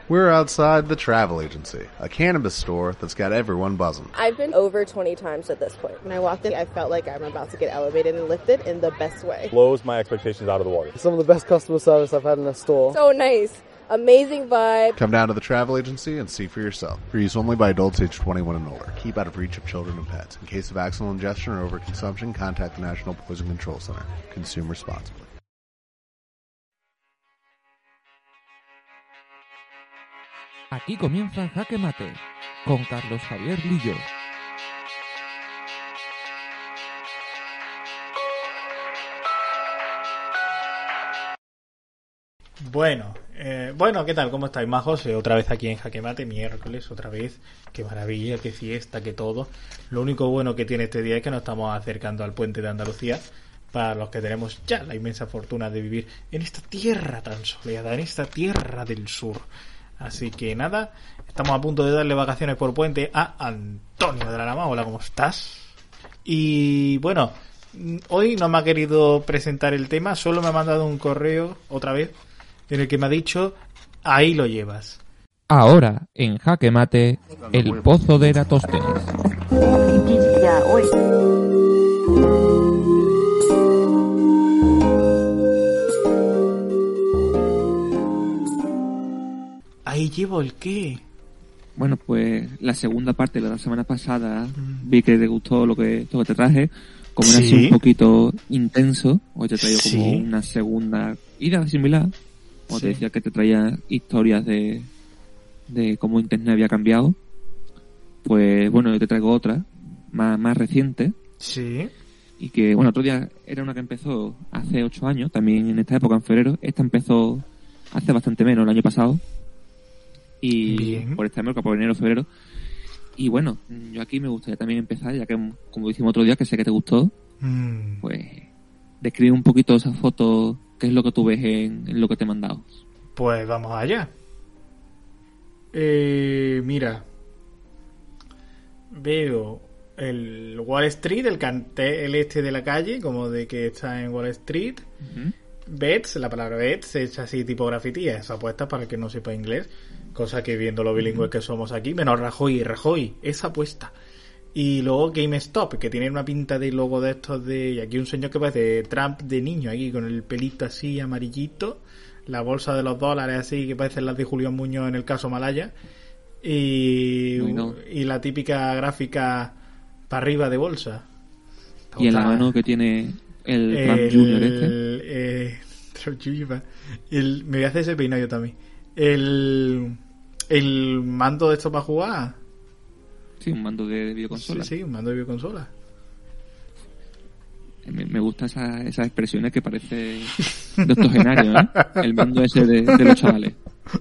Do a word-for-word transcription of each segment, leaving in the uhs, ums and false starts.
We're outside the Travel Agency, a cannabis store that's got everyone buzzing. I've been over twenty times at this point. When I walked in, I felt like I'm about to get elevated and lifted in the best way. Blows my expectations out of the water. Some of the best customer service I've had in a store. So nice. Amazing vibe. Come down to the Travel Agency and see for yourself. For use only by adults aged twenty-one and older. Keep out of reach of children and pets. In case of accidental ingestion or overconsumption, contact the National Poison Control Center. Consume responsibly. Aquí comienza Jaque Mate, con Carlos Javier Lillo. Bueno, eh, bueno, ¿qué tal? ¿Cómo estáis, majos? Eh, otra vez aquí en Jaque Mate, miércoles, otra vez. Qué maravilla, qué fiesta, qué todo. Lo único bueno que tiene este día es que nos estamos acercando al puente de Andalucía, para los que tenemos ya la inmensa fortuna de vivir en esta tierra tan soleada, en esta tierra del sur. Así que nada, estamos a punto de darle vacaciones por puente a Antonio de la Lama. Hola, ¿cómo estás? Y bueno, hoy no me ha querido presentar el tema, solo me ha mandado un correo, otra vez, en el que me ha dicho, ahí lo llevas. Ahora, en Jaque Mate, el pozo de Eratóstenes. Ahí llevo el qué. Bueno, pues la segunda parte de la semana pasada mm. vi que te gustó lo que, lo que te traje. Como era ¿Sí? así un poquito intenso, hoy te traigo ¿Sí? como una segunda ida similar. Como ¿Sí? te decía que te traía historias de, de cómo Internet había cambiado. Pues bueno, yo te traigo otra, más, más reciente. Sí. Y que, bueno, otro día era una que empezó hace ocho años, también en esta época, en febrero. Esta empezó hace bastante menos, el año pasado. Y Bien. por esta época, por enero, febrero. Y bueno, yo aquí me gustaría también empezar, ya que, como dijimos otro día, que sé que te gustó, Mm. pues describe un poquito esa foto, qué es lo que tú ves en, en lo que te he mandado. Pues vamos allá. Eh, mira, veo el Wall Street, el cartel este de la calle, como de que está en Wall Street. Uh-huh. Bets, la palabra bets se echa así tipo grafití, es apuesta para el que no sepa inglés, cosa que viendo lo bilingües que somos aquí, menos Rajoy, Rajoy, es apuesta. Y luego GameStop, que tiene una pinta de logo de estos de... Y aquí un señor que parece Trump de niño, aquí con el pelito así amarillito, la bolsa de los dólares así, que parecen las de Julián Muñoz en el caso Malaya, y, bueno. y la típica gráfica para arriba de bolsa. Y en la mano que tiene el Trump el, Junior este. Eh, Trump Junior el, me voy a hacer ese peinado yo también. El, el mando de esto para jugar. Sí, un mando de, de videoconsola. Sí, sí, un mando de videoconsola. Me, me gusta esa, esas expresiones que parece de octogenario, ¿eh? El mando ese de, de los chavales.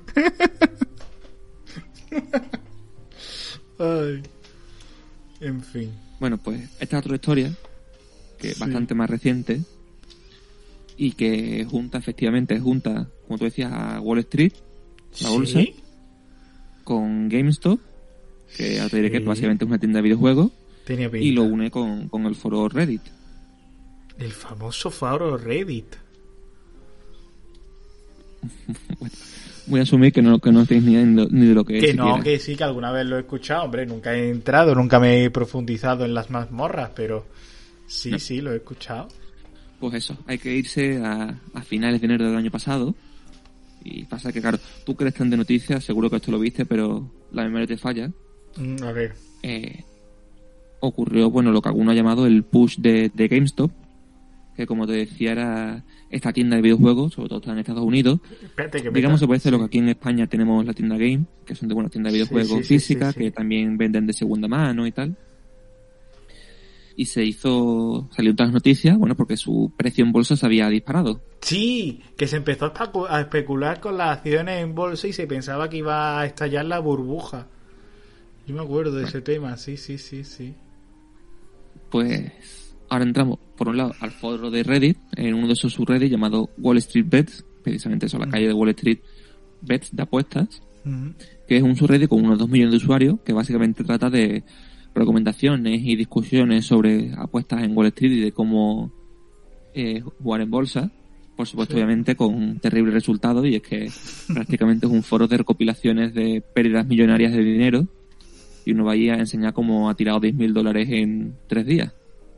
Ay. En fin. Bueno, pues esta es otra historia que es Sí. bastante más reciente y que junta, efectivamente, junta, como tú decías, a Wall Street, la bolsa, ¿Sí? con GameStop, que ya te diré Sí. que básicamente es una tienda de videojuegos, Tenía pinta. y lo une con, con el foro Reddit. El famoso foro Reddit. Bueno, voy a asumir que no, que no estáis ni, ni de lo que es. Que no, siquiera. que sí, que alguna vez lo he escuchado. Hombre, nunca he entrado, nunca me he profundizado en las mazmorras, pero sí, No. sí, lo he escuchado. Pues eso, hay que irse a, a finales de enero del año pasado. Y pasa que, claro, tú que eres tan de noticias, seguro que esto lo viste, pero la memoria te falla. Mm, a ver. Eh, ocurrió, bueno, lo que alguno ha llamado el push de, de GameStop, que como te decía era esta tienda de videojuegos, sobre todo está en Estados Unidos. Espérate, que me Digamos, está- se puede decir sí. lo que aquí en España tenemos la tienda Game, que son de buenas tiendas de videojuegos Sí, sí, sí, físicas, sí, sí. que también venden de segunda mano y tal. Y se hizo, salió en todas las noticias, bueno, porque su precio en bolsa se había disparado. Sí, que se empezó a especu- a especular con las acciones en bolsa y se pensaba que iba a estallar la burbuja. Yo me acuerdo de ese tema, sí, sí, sí, sí. Pues ahora entramos, por un lado, al foro de Reddit, en uno de esos subreddits llamado Wall Street Bets, precisamente eso, la Mm. calle de Wall Street Bets de apuestas, Mm. que es un subreddit con unos dos millones de usuarios que básicamente trata de recomendaciones y discusiones sobre apuestas en Wall Street y de cómo eh, jugar en bolsa. por supuesto, obviamente, con un terrible resultado, y es que prácticamente es un foro de recopilaciones de pérdidas millonarias de dinero, y uno va ahí a enseñar cómo ha tirado diez mil dólares en tres días.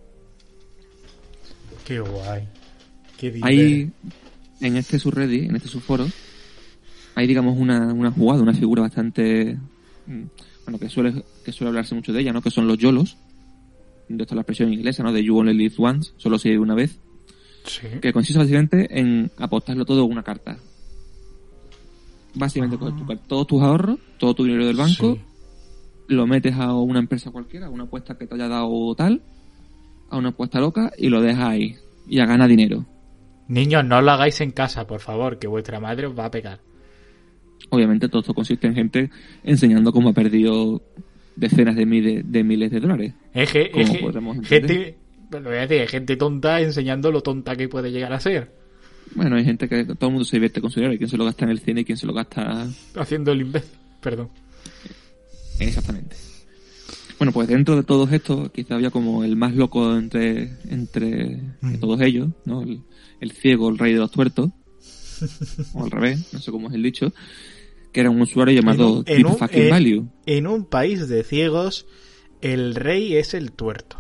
Qué guay. Qué Hay, en este subreddit, en este subforo, hay, digamos, una, una jugada, una figura bastante... Bueno, que suele, que suele hablarse mucho de ella, ¿no? Que son los YOLOs. De esta es la expresión inglesa, ¿no? De You Only Live Once, solo se vive una vez. Sí. Que consiste básicamente en apostarlo todo en una carta. Básicamente, ah. coges tu, todos tus ahorros, todo tu dinero del banco, sí. lo metes a una empresa cualquiera, a una apuesta que te haya dado tal, a una apuesta loca, y lo dejas ahí. Y a ganar dinero. Niños, no lo hagáis en casa, por favor, que vuestra madre os va a pegar. Obviamente todo esto consiste en gente enseñando cómo ha perdido decenas de miles de, miles de dólares. Es que, es que gente, bueno, voy a decir, gente tonta enseñando lo tonta que puede llegar a ser. Bueno, hay gente que todo el mundo se divierte con su dinero, y quien se lo gasta en el cine y quien se lo gasta... Haciendo el imbécil, perdón. Exactamente. Bueno, pues dentro de todos estos, quizá había como el más loco entre entre mm. todos ellos, ¿no? El, el ciego, el rey de los tuertos, o al revés, no sé cómo es el dicho, que era un usuario llamado Deep Fucking Value. En un país de ciegos, el rey es el tuerto.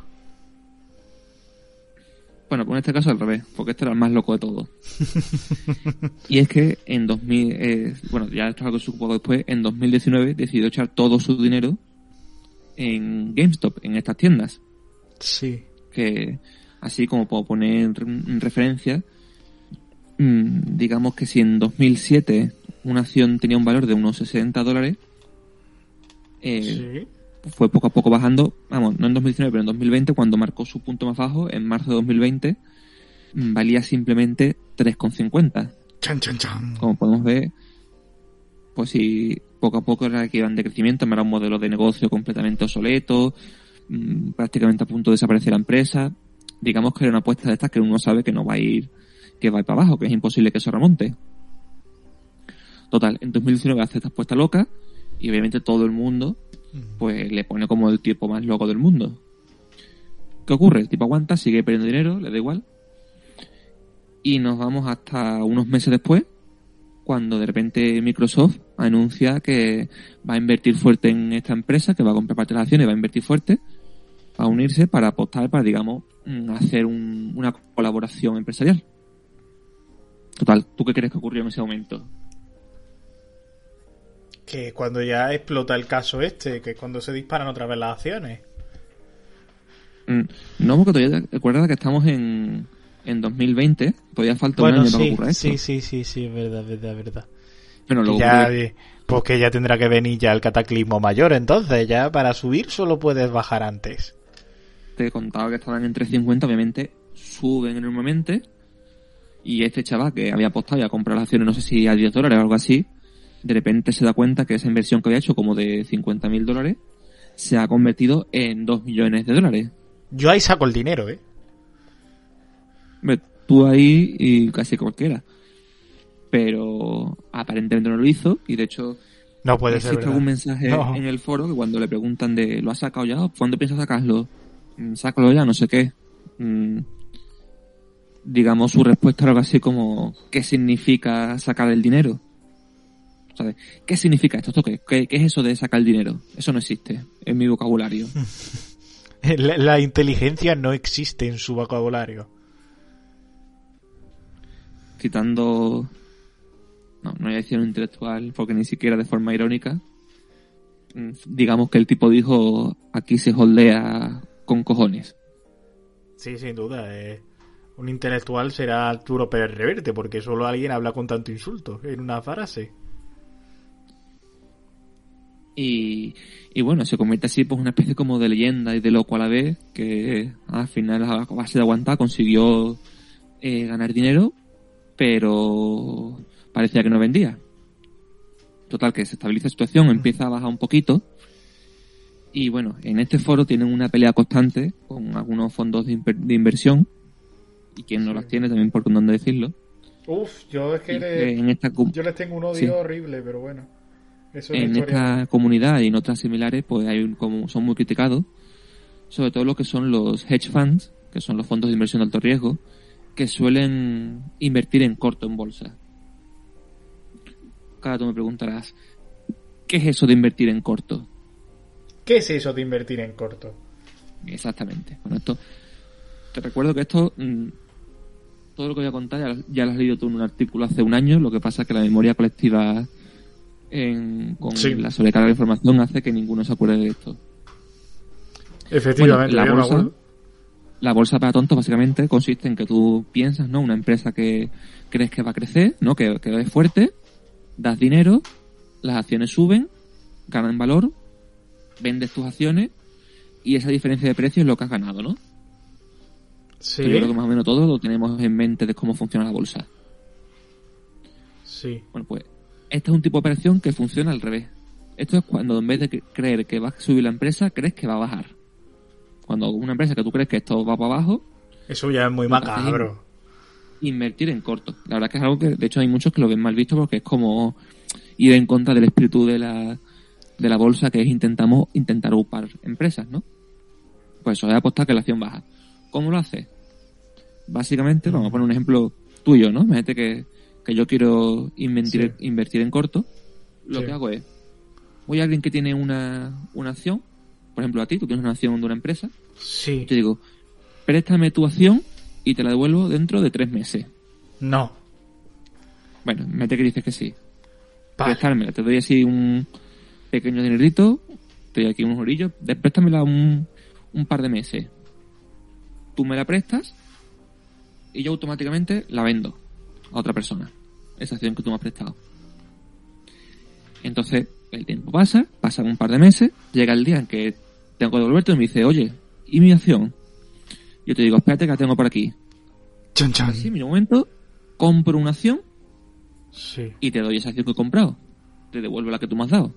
Bueno, pues en este caso al revés, porque este era el más loco de todos. Y es que en dos mil, eh, bueno, ya esto es algo que supo después, en dos mil diecinueve decidió echar todo su dinero en GameStop, en estas tiendas. Sí. Que, así como puedo poner en referencia, mmm, digamos que si en dos mil siete una acción tenía un valor de unos sesenta dólares, eh, sí. fue poco a poco bajando, vamos, no en dos mil diecinueve, pero en dos mil veinte, cuando marcó su punto más bajo, en marzo de dos mil veinte, mmm, valía simplemente tres con cincuenta. Chan, chan, chan. Como podemos ver, pues si poco a poco era que iban de crecimiento, era un modelo de negocio completamente obsoleto, mmm, prácticamente a punto de desaparecer la empresa. Digamos que era una apuesta de estas que uno sabe que no va a ir, que va a ir para abajo, que es imposible que eso remonte. Total, en dos mil diecinueve hace esta apuesta loca, y obviamente todo el mundo pues le pone como el tipo más loco del mundo. ¿Qué ocurre? El tipo aguanta, sigue perdiendo dinero, le da igual, y nos vamos hasta unos meses después, cuando de repente Microsoft anuncia que va a invertir fuerte en esta empresa, que va a comprar parte de las acciones, va a invertir fuerte, a unirse para apostar, para, digamos, hacer un, una colaboración empresarial. Total, ¿tú qué crees que ocurrió en ese momento? Que cuando ya explota el caso este, que es cuando se disparan otra vez las acciones. No, porque todavía recuerda que estamos en, en dos mil veinte, todavía falta bueno, un año sí, para que ocurra esto. Sí, sí, sí, sí, es verdad, verdad, verdad. Bueno, luego ya, ocurre... Pues que ya tendrá que venir ya el cataclismo mayor, entonces ya para subir solo puedes bajar antes. Te contaba que estaban en trescientos cincuenta, obviamente suben enormemente, y este chaval que había apostado y a comprar las acciones, no sé si a diez dólares o algo así, de repente se da cuenta que esa inversión que había hecho como de cincuenta mil dólares se ha convertido en dos millones de dólares. Yo ahí saco el dinero, ¿eh? Tú ahí y casi cualquiera. Pero aparentemente no lo hizo, y de hecho no puede existe ser algún mensaje no. en el foro que cuando le preguntan de ¿lo has sacado ya? ¿Cuándo piensas sacarlo? Sácalo ya, no sé qué. Mm, digamos, su respuesta era algo así como ¿qué significa sacar el dinero? ¿Sabes? ¿Qué significa esto? ¿Esto qué? ¿Qué, qué es eso de sacar el dinero? Eso no existe en mi vocabulario. la, la inteligencia no existe en su vocabulario. Citando... No, no voy a decir un intelectual, porque ni siquiera de forma irónica. Digamos que el tipo dijo, aquí se holdea con cojones. Sí, sin duda. Eh, un intelectual será Arturo Pérez Reverte, porque solo alguien habla con tanto insulto en una frase. Y, y bueno, se convierte así pues una especie como de leyenda y de loco a la vez, que al final a base de aguantar consiguió eh, ganar dinero, pero parecía que no vendía. Total, que se estabiliza la situación, empieza a bajar un poquito, y bueno, en este foro tienen una pelea constante con algunos fondos de, inver- de inversión, y quien no sí. las tiene también por dónde decirlo. Uf, yo es que le, en esta com- yo les tengo un odio sí. horrible, pero bueno. Eso es en esta comunidad y en otras similares, pues hay un, como son muy criticados, sobre todo lo que son los hedge funds, que son los fondos de inversión de alto riesgo, que suelen invertir en corto en bolsa. Claro, tú me preguntarás, ¿qué es eso de invertir en corto? ¿Qué es eso de invertir en corto? Exactamente. Bueno, esto te recuerdo que esto mmm, todo lo que voy a contar ya, ya lo has leído tú en un artículo hace un año. Lo que pasa es que la memoria colectiva en, con sí. la sobrecarga de información hace que ninguno se acuerde de esto. Efectivamente. Bueno, la bolsa, la bolsa para tontos básicamente consiste en que tú piensas, ¿no? Una empresa que crees que va a crecer, ¿no? Que, que es fuerte, das dinero, las acciones suben, ganan valor, vendes tus acciones y esa diferencia de precio es lo que has ganado, ¿no? Sí. Yo creo que más o menos todos lo tenemos en mente de cómo funciona la bolsa. Sí. Bueno, pues este es un tipo de operación que funciona al revés. Esto es cuando en vez de creer que va a subir la empresa, crees que va a bajar. Cuando una empresa que tú crees que esto va para abajo... Eso ya es muy macabro. Invertir en corto. La verdad que es algo que, de hecho, hay muchos que lo ven mal visto porque es como ir en contra del espíritu de la, de la bolsa, que es intentamos intentar upar empresas, ¿no? Pues eso es apostar que la acción baja. ¿Cómo lo hace? Básicamente, vamos a poner un ejemplo tuyo, ¿no? Imagínate que, que yo quiero invertir, sí. invertir en corto. Lo sí. que hago es, voy a alguien que tiene una, una acción, por ejemplo a ti, tú tienes una acción de una empresa. Sí. Te digo, préstame tu acción y te la devuelvo dentro de tres meses. No. Bueno, mete que dices que sí. Vale. Préstame, te doy así un pequeño dinerito, te doy aquí unos orillos, préstamela un, un par de meses. Tú me la prestas y yo automáticamente la vendo a otra persona, esa acción que tú me has prestado. Entonces el tiempo pasa, pasan un par de meses, llega el día en que tengo que devolverte y me dice, oye, ¿y mi acción? Yo te digo, espérate que la tengo por aquí. Chan, chan. Así, en mi momento, compro una acción sí. y te doy esa acción que he comprado. Te devuelvo la que tú me has dado.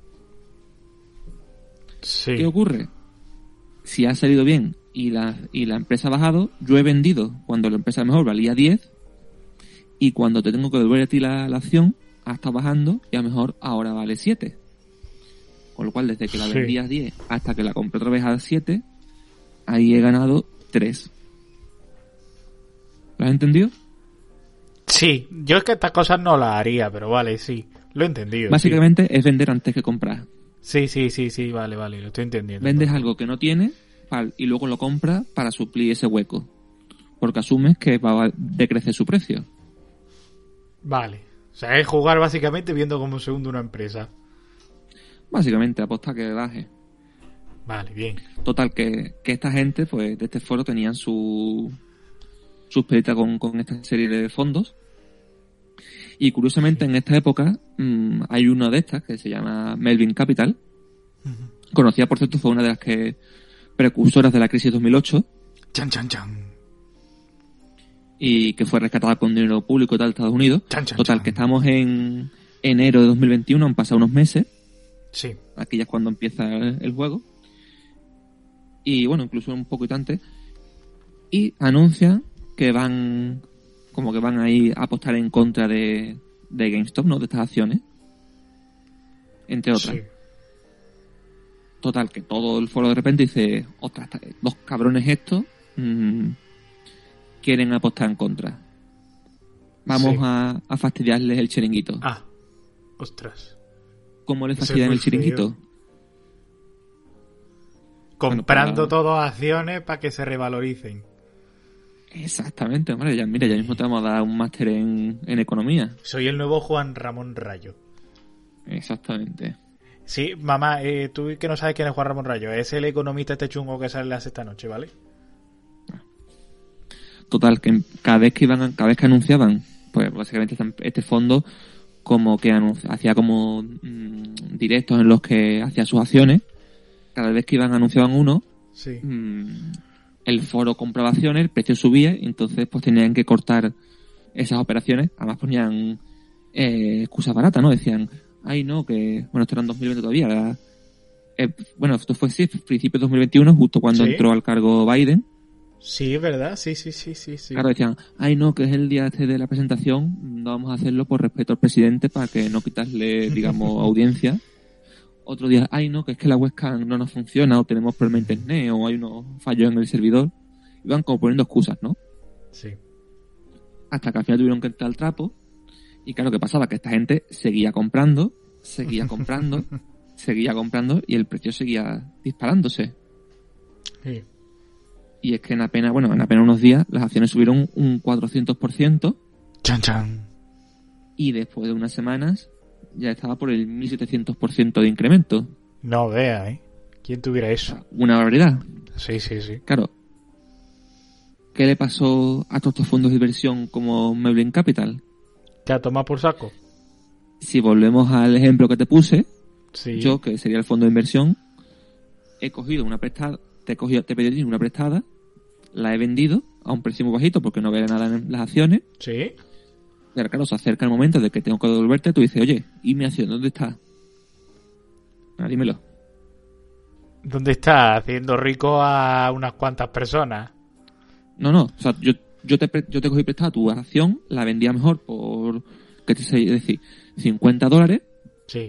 Sí. ¿Qué ocurre? Si ha salido bien y la, y la empresa ha bajado, yo he vendido cuando la empresa mejor valía diez y cuando te tengo que devolver a ti la, la acción ha estado bajando y a lo mejor ahora vale siete. Con lo cual, desde que la vendí a diez hasta que la compré otra vez a siete, ahí he ganado tres. ¿Lo has entendido? Sí, yo es que estas cosas no las haría, pero vale, sí, lo he entendido. Básicamente sí. Es vender antes que comprar. Sí, sí, sí, sí, vale, vale, lo estoy entendiendo. Vendes algo que no tienes y luego lo compras para suplir ese hueco, porque asumes que va a decrecer su precio. Vale, o sea, es jugar básicamente viendo cómo se hunde una empresa. Básicamente, aposta que baje. Vale, bien. Total, que, que esta gente, pues, de este foro tenían su sus peditas con, con esta serie de fondos. Y curiosamente, en esta época, mmm, hay una de estas que se llama Melvin Capital. Uh-huh. Conocida, por cierto, fue una de las que precursoras de la crisis dos mil ocho. Chan, chan, chan. Y que fue rescatada con dinero público y tal de Estados Unidos. Chan, chan, Total, chan. que estamos en enero de dos mil veintiuno, han pasado unos meses. Sí. Aquí ya es cuando empieza el juego. Y bueno, incluso un poquito antes. Y anuncian que van, como que van a ir a apostar en contra de, de GameStop, ¿no? De estas acciones. Entre otras. Sí. Total, que todo el foro de repente dice, ostras, dos cabrones estos mmm, quieren apostar en contra. Vamos sí. a, a fastidiarles el chiringuito. Ah, ostras. ¿Cómo les fastidian el chiringuito? Frío. Comprando bueno, para... todas acciones para que se revaloricen. Exactamente, hombre, ya, mira, ya mismo te vamos a dar un máster en, en economía. Soy el nuevo Juan Ramón Rayo. Exactamente. Sí, mamá, eh, tú que no sabes quién es Juan Ramón Rayo, es el economista este chungo que sale la sexta noche, ¿vale? Total, que cada vez que iban, cada vez que anunciaban, pues básicamente este fondo como que anuncia, hacía como mmm, directos en los que hacía sus acciones. Cada vez que iban anunciaban uno, sí. mmm, el foro compraba acciones, el precio subía, y entonces pues tenían que cortar esas operaciones. Además ponían eh, excusas baratas, ¿no? Decían, ay no, que bueno, esto era en dos mil veinte todavía, era, eh, bueno, esto fue sí, principios de dos mil veintiuno, justo cuando ¿Sí? entró al cargo Biden. Sí, es verdad, sí, sí, sí, sí, sí. Claro, decían, ay no, que es el día este de la presentación, no vamos a hacerlo por respeto al presidente para que no quitarle, digamos, audiencia. Otro día, ay no, que es que la webcam no nos funciona, o tenemos problema de internet, o hay unos fallos en el servidor. Iban como poniendo excusas, ¿no? Sí. hasta que al final tuvieron que entrar al trapo. Y claro, ¿qué pasaba? Que esta gente seguía comprando, seguía comprando, seguía comprando y el precio seguía disparándose. Sí. Y es que en apenas, bueno, en apenas unos días las acciones subieron un cuatrocientos por ciento. Chan, chan. Y después de unas semanas ya estaba por el mil setecientos por ciento de incremento. No vea, ¿eh? ¿Quién tuviera eso? Una barbaridad. Sí, sí, sí. Claro. ¿Qué le pasó a todos estos fondos de inversión como Melvin Capital? ¿Ya toma por saco? Si volvemos al ejemplo que te puse, Sí. yo, que sería el fondo de inversión, he cogido una prestada, te he cogido, te he pedido una prestada, la he vendido a un precio muy bajito porque no vale nada en las acciones. Sí. Y ahora, claro, se acerca el momento de que tengo que devolverte, tú dices, oye, ¿y mi acción dónde está? Ah, dímelo. ¿Dónde está? Haciendo rico a unas cuantas personas. No, no, o sea, yo, yo te pre- yo te cogí prestada tu acción, la vendía mejor por, ¿qué te sé decir? cincuenta dólares. Sí.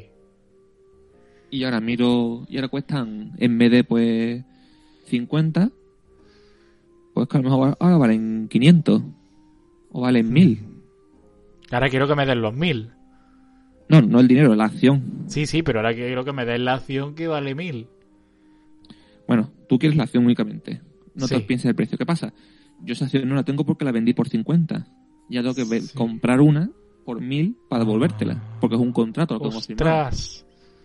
Y ahora miro, y ahora cuestan, en vez de pues cincuenta, pues que a lo mejor ahora valen quinientos. O valen mil. Ahora quiero que me den los mil. No, no el dinero, la acción. Sí, sí, pero ahora quiero que me den la acción que vale mil. Bueno, tú quieres la acción únicamente. No Sí. te pienses el precio. ¿Qué pasa? Yo esa acción no la tengo porque la vendí por cincuenta. Ya tengo que ve- Sí. comprar una por mil para devolvértela. Porque es un contrato lo que hemos firmado. ¡Ostras!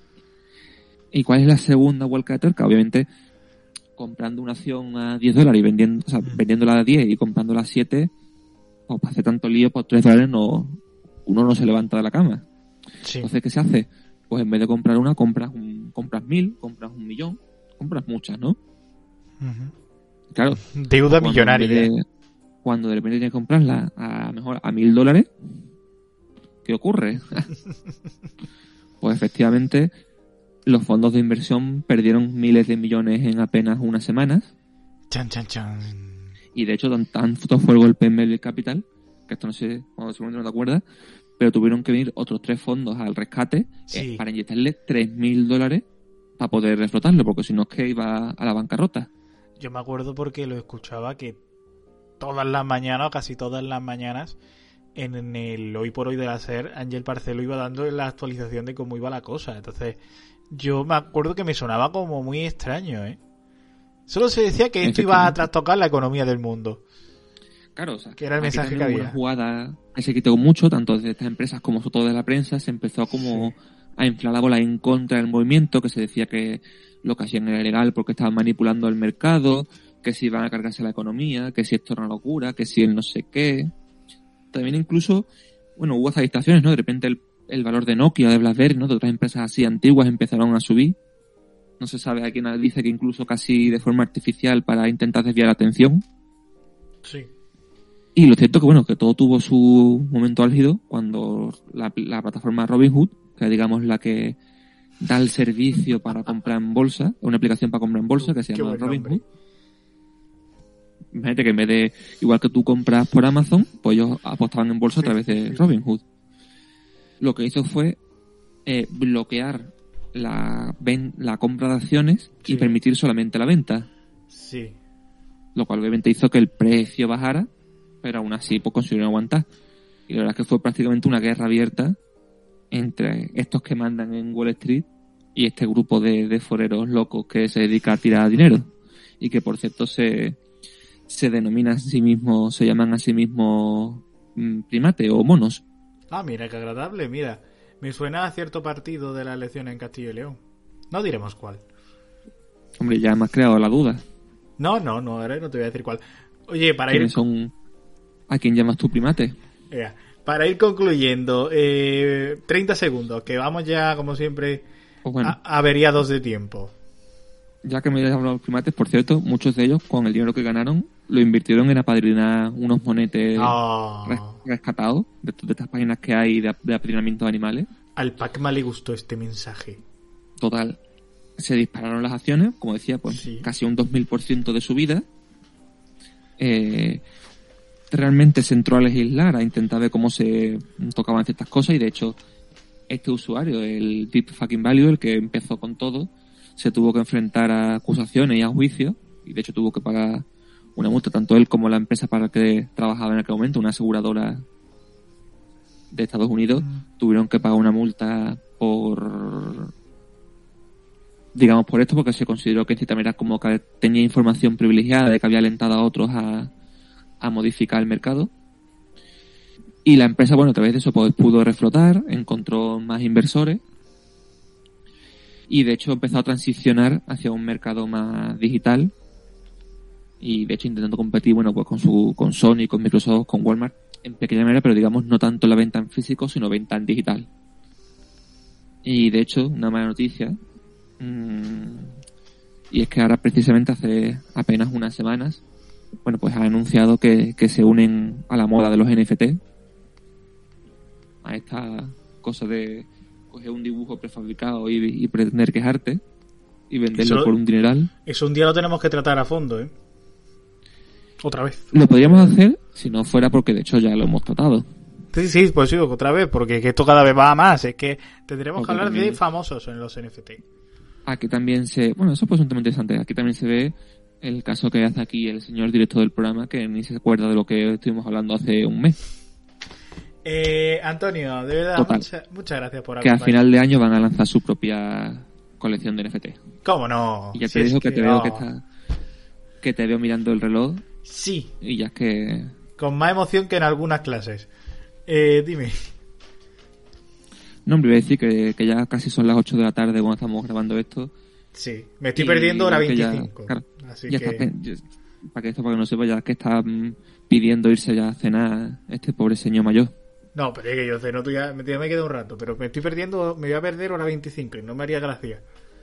¿Y cuál es la segunda vuelta de tuerca? Obviamente, comprando una acción a diez dólares y vendiendo, o sea, vendiéndola a diez y comprándola a siete, pues para hacer tanto lío, por tres dólares no, uno no se levanta de la cama. Sí. Entonces, ¿qué se hace? Pues en vez de comprar una, compras un, compras mil, compras un millón, compras muchas, ¿no? Ujú. Claro. Deuda cuando millonaria. en vez de- cuando de repente tienes que comprarla a mejor a mil dólares, ¿qué ocurre? Pues efectivamente, los fondos de inversión perdieron miles de millones en apenas unas semanas. Chan, chan, chan. Y de hecho, tan, tanto fue el golpe en Melvin Capital, que esto no sé, cuando seguramente no te acuerdas, pero tuvieron que venir otros tres fondos al rescate Sí. eh, para inyectarle tres mil dólares para poder reflotarlo, porque si no es que iba a la bancarrota. Yo me acuerdo porque lo escuchaba que todas las mañanas, o casi todas las mañanas, en el Hoy por Hoy de la SER, Ángel Parcelo iba dando la actualización de cómo iba la cosa. Entonces, yo me acuerdo que me sonaba como muy extraño, ¿eh? Solo se decía que esto iba a trastocar la economía del mundo. Claro, o sea, Que era el aquí mensaje que también hubo había. una jugada que se quitó mucho, tanto desde estas empresas como sobre todo de la prensa, se empezó como Sí. a inflar la bola en contra del movimiento, que se decía que lo que hacían era ilegal porque estaban manipulando el mercado, que si iban a cargarse la economía, que si esto era una locura, que si el no sé qué. También incluso, bueno, hubo hasta distracciones, ¿no? De repente el, el valor de Nokia, de BlackBerry, ¿no? De otras empresas así antiguas empezaron a subir. No se sabe a quién dice que incluso casi de forma artificial para intentar desviar la atención. Sí. Y lo cierto que, bueno, que todo tuvo su momento álgido cuando la, la plataforma Robinhood, que es, digamos, la que da el servicio para comprar en bolsa, una aplicación para comprar en bolsa que se Qué llama buen Robinhood. nombre. Imagínate que en vez de, igual que tú compras por Amazon, pues ellos apostaban en bolsa a Sí, través de sí. Robinhood. Lo que hizo fue eh, bloquear la, ven- la compra de acciones Sí. y permitir solamente la venta. Sí. Lo cual obviamente hizo que el precio bajara, pero aún así pues consiguieron aguantar. Y la verdad es que fue prácticamente una guerra abierta entre estos que mandan en Wall Street y este grupo de, de foreros locos que se dedica a tirar dinero. Y que por cierto se, se denominan a sí mismos, se llaman a sí mismos mm, primate o monos. Ah, mira, qué agradable, mira. Me suena a cierto partido de la elección en Castilla y León. No diremos cuál. Hombre, ya me has creado la duda. No, no, no, ahora no te voy a decir cuál. Oye, para ir... ¿Quiénes son? ¿A quién llamas tú primate? Mira, para ir concluyendo, eh, treinta segundos, que vamos ya, como siempre, Pues bueno, a- averiados de tiempo. ya que me has hablado de los primates, por cierto, muchos de ellos con el dinero que ganaron lo invirtieron en apadrinar unos monetes Ah, res- rescatados de, de estas páginas que hay de, de apadrinamiento de animales. al Pacma le gustó este mensaje. Total, se dispararon las acciones, como decía, pues Sí. casi un dos mil por ciento de subida. Eh, realmente se entró a legislar, a intentar ver cómo se tocaban ciertas cosas y de hecho este usuario, el Deep Fucking Value, el que empezó con todo, se tuvo que enfrentar a acusaciones y a juicios y de hecho tuvo que pagar una multa. Tanto él como la empresa para la que trabajaba en aquel momento, una aseguradora de Estados Unidos, mm. tuvieron que pagar una multa por, digamos, por esto, porque se consideró que en cierta manera como que tenía información privilegiada de que había alentado a otros a, a modificar el mercado. Y la empresa, bueno, a través de eso pues, pudo reflotar, encontró más inversores y de hecho empezó a transicionar hacia un mercado más digital y de hecho intentando competir, bueno, pues con su con Sony, con Microsoft, con Walmart en pequeña manera, pero digamos no tanto la venta en físico, sino venta en digital. Y de hecho, una mala noticia, mmm, y es que ahora precisamente hace apenas unas semanas, bueno, pues ha anunciado que, que se unen a la moda de los N F T, a esta cosa de coger un dibujo prefabricado y, y pretender que es arte y venderlo eso, por un dineral. Eso un día lo tenemos que tratar a fondo, ¿eh? Otra vez. Lo podríamos hacer si no fuera porque de hecho ya lo hemos tratado. Sí, sí, pues sí, otra vez, porque que esto cada vez va a más. Es que tendremos porque que hablar también de famosos en los N F T. Aquí también se... Bueno, eso pues es un tema interesante. Aquí también se ve el caso que hace aquí el señor director del programa, que ni se acuerda de lo que estuvimos hablando hace un mes. Eh, Antonio, de verdad, mucha, muchas gracias por acompañarnos. Que a final de año van a lanzar su propia colección de N F T. ¿Cómo no? Y ya te si digo que, que te no. veo que está... Que te veo mirando el reloj. Sí. Y ya es que... Con más emoción que en algunas clases. Eh, dime. No, hombre, voy a decir que, que ya casi son las ocho de la tarde cuando estamos grabando esto. Sí, me estoy perdiendo hora veinticinco. Ya, claro, así ya que... está, ya, para que esto, para que no sepa, ya que está mm, pidiendo irse ya a cenar este pobre señor mayor. No, pero es que yo ceno, ya, ya me queda un rato, pero me estoy perdiendo, me voy a perder hora veinticinco y no me haría gracia.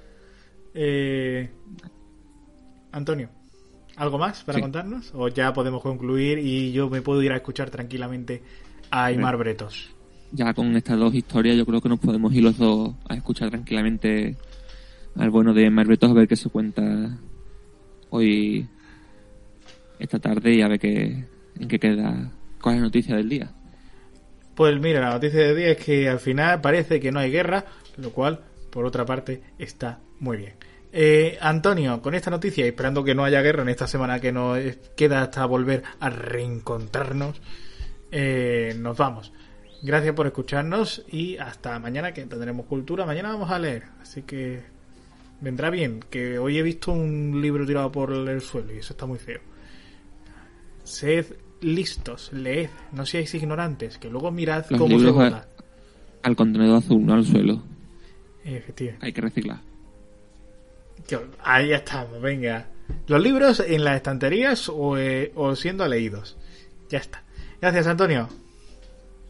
Eh... Antonio, ¿algo más para sí. contarnos? ¿O ya podemos concluir y yo me puedo ir a escuchar tranquilamente a Aimar Bien. Bretos? Ya con estas dos historias yo creo que nos podemos ir los dos a escuchar tranquilamente al bueno de Aimar Bretos, a ver qué se cuenta hoy, esta tarde, y a ver qué, en qué queda, cuál es la noticia del día. Pues mira, la noticia del día es que al final parece que no hay guerra, lo cual, por otra parte, está muy bien. Eh, Antonio, con esta noticia, esperando que no haya guerra en esta semana que nos queda hasta volver a reencontrarnos, eh, nos vamos. Gracias por escucharnos y hasta mañana, que tendremos cultura. Mañana vamos a leer, así que vendrá bien, que hoy he visto un libro tirado por el suelo y eso está muy feo. Sed listos, leed, no seáis ignorantes, que luego mirad Los cómo se vota. Al contenedor azul, no al suelo. Efectivamente. Hay que reciclar. Ahí estamos, venga. Los libros en las estanterías o, eh, o siendo leídos. Ya está. Gracias, Antonio.